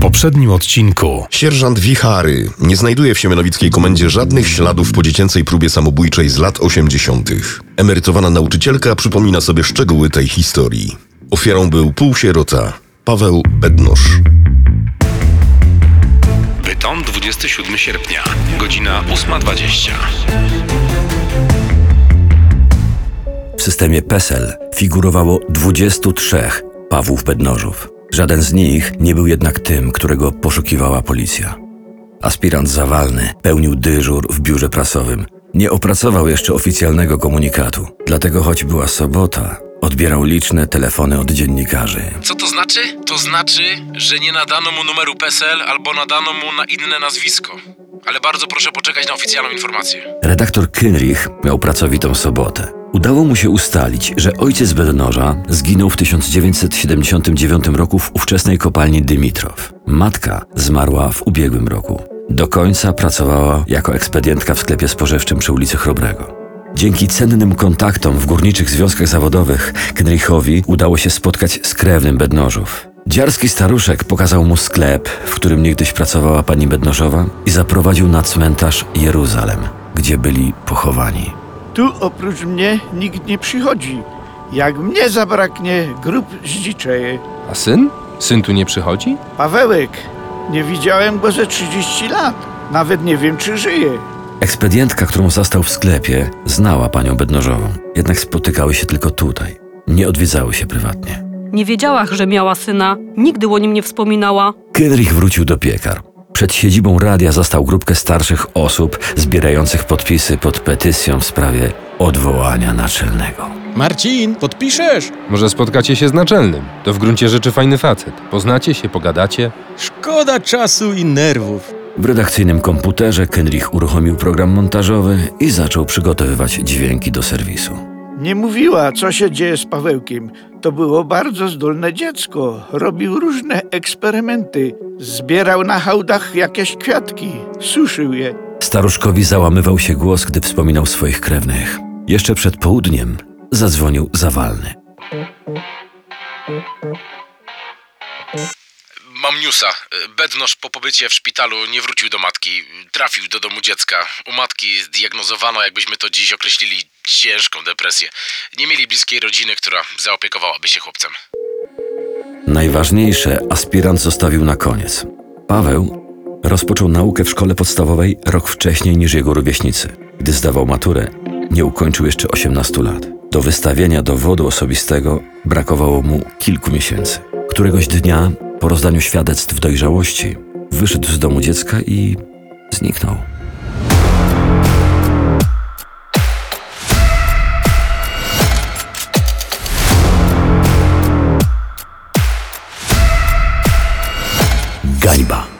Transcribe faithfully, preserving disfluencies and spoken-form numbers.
poprzednim odcinku. Sierżant Wichary nie znajduje w siemianowickiej komendzie żadnych śladów po dziecięcej próbie samobójczej z lat osiemdziesiątych. Emerytowana nauczycielka przypomina sobie szczegóły tej historii. Ofiarą był półsierota Paweł Bednosz. Bytom, dwudziestego siódmego sierpnia, godzina ósma dwadzieścia. W systemie PESEL figurowało dwudziestu trzech Pawłów Bednożów. Żaden z nich nie był jednak tym, którego poszukiwała policja. Aspirant Zawalny pełnił dyżur w biurze prasowym. Nie opracował jeszcze oficjalnego komunikatu, dlatego choć była sobota, odbierał liczne telefony od dziennikarzy. Co to znaczy? To znaczy, że nie nadano mu numeru PESEL albo nadano mu na inne nazwisko. Ale bardzo proszę poczekać na oficjalną informację. Redaktor Kynrich miał pracowitą sobotę. Udało mu się ustalić, że ojciec Bednoża zginął w tysiąc dziewięćset siedemdziesiątym dziewiątym roku w ówczesnej kopalni Dymitrow. Matka zmarła w ubiegłym roku. Do końca pracowała jako ekspedientka w sklepie spożywczym przy ulicy Chrobrego. Dzięki cennym kontaktom w górniczych związkach zawodowych Kynrichowi udało się spotkać z krewnym Bednożów. Dziarski staruszek pokazał mu sklep, w którym niegdyś pracowała pani Bednożowa i zaprowadził na cmentarz Jeruzalem, gdzie byli pochowani. Tu oprócz mnie nikt nie przychodzi. Jak mnie zabraknie, grób zdziczeje. A syn? Syn tu nie przychodzi? Pawełek, nie widziałem go ze trzydzieści lat. Nawet nie wiem, czy żyje. Ekspedientka, którą zastał w sklepie, znała panią Bednożową. Jednak spotykały się tylko tutaj. Nie odwiedzały się prywatnie. Nie wiedziała, że miała syna. Nigdy o nim nie wspominała. Kynrich wrócił do piekar. Przed siedzibą radia zastał grupkę starszych osób zbierających podpisy pod petycją w sprawie odwołania naczelnego. Marcin, podpiszesz? Może spotkacie się z naczelnym? To w gruncie rzeczy fajny facet. Poznacie się, pogadacie? Szkoda czasu i nerwów. W redakcyjnym komputerze Kynrich uruchomił program montażowy i zaczął przygotowywać dźwięki do serwisu. Nie mówiła, co się dzieje z Pawełkiem. To było bardzo zdolne dziecko. Robił różne eksperymenty. Zbierał na hałdach jakieś kwiatki. Suszył je. Staruszkowi załamywał się głos, gdy wspominał swoich krewnych. Jeszcze przed południem zadzwonił Zawalny. Mam newsa. Bednosz po pobycie w szpitalu nie wrócił do matki. Trafił do domu dziecka. U matki zdiagnozowano, jakbyśmy to dziś określili, ciężką depresję. Nie mieli bliskiej rodziny, która zaopiekowałaby się chłopcem. Najważniejsze aspirant zostawił na koniec. Paweł rozpoczął naukę w szkole podstawowej rok wcześniej niż jego rówieśnicy. Gdy zdawał maturę, nie ukończył jeszcze osiemnastu lat. Do wystawienia dowodu osobistego brakowało mu kilku miesięcy. Któregoś dnia, po rozdaniu świadectw dojrzałości, wyszedł z domu dziecka i zniknął. Gańba.